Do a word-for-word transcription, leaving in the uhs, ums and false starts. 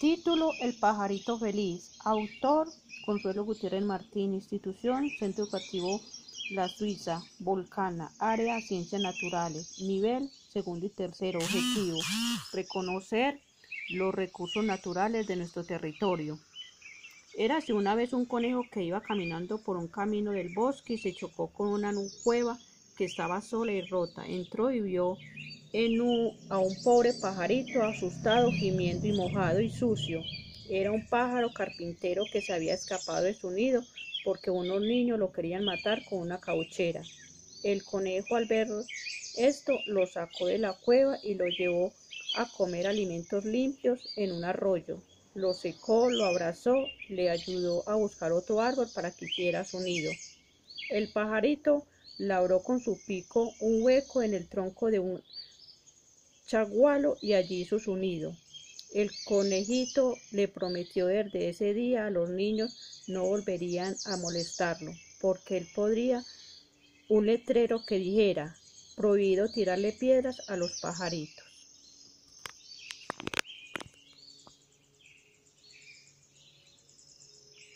Título: El pajarito feliz. Autor: Consuelo Gutiérrez Martín. Institución: Centro Educativo La Suiza, Volcana. Área: Ciencias Naturales. Nivel: segundo y tercero. Objetivo: reconocer los recursos naturales de nuestro territorio. Érase una vez un conejo que iba caminando por un camino del bosque y se chocó con una cueva que estaba sola y rota. Entró y vio en un, a un pobre pajarito asustado, gimiendo y mojado y sucio. Era un pájaro carpintero que se había escapado de su nido porque unos niños lo querían matar con una cauchera. El conejo, al ver esto, lo sacó de la cueva y lo llevó a comer alimentos limpios en un arroyo. Lo secó, lo abrazó, le ayudó a buscar otro árbol para que hiciera su nido. El pajarito labró con su pico un hueco en el tronco de un chagualo y allí hizo su nido. El conejito le prometió desde ese día a los niños no volverían a molestarlo, porque él podría un letrero que dijera: prohibido tirarle piedras a los pajaritos.